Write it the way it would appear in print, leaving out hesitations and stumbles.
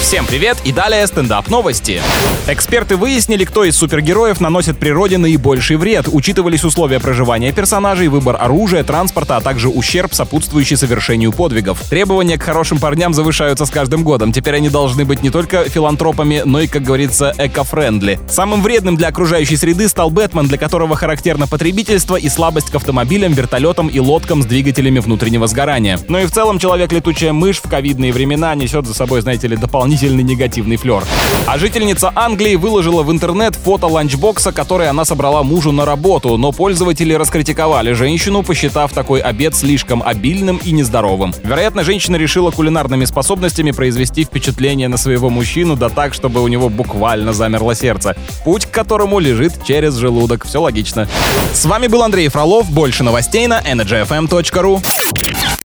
Всем привет и далее стендап-новости. Эксперты выяснили, кто из супергероев наносит природе наибольший вред. Учитывались условия проживания персонажей, выбор оружия, транспорта, а также ущерб, сопутствующий совершению подвигов. Требования к хорошим парням завышаются с каждым годом. Теперь они должны быть не только филантропами, но и, как говорится, эко-френдли. Самым вредным для окружающей среды стал Бэтмен, для которого характерно потребительство и слабость к автомобилям, вертолетам и лодкам с двигателями внутреннего сгорания. Но и в целом Человек-летучая мышь в ковидные времена несет за собой, знаете ли, дополнительный негативный флер. А жительница Англии выложила в интернет фото ланчбокса, который она собрала мужу на работу, но пользователи раскритиковали женщину, посчитав такой обед слишком обильным и нездоровым. Вероятно, женщина решила кулинарными способностями произвести впечатление на своего мужчину, да так, чтобы у него буквально замерло сердце. Путь к которому лежит через желудок. Все логично. С вами был Андрей Фролов. Больше новостей на energyfm.ru.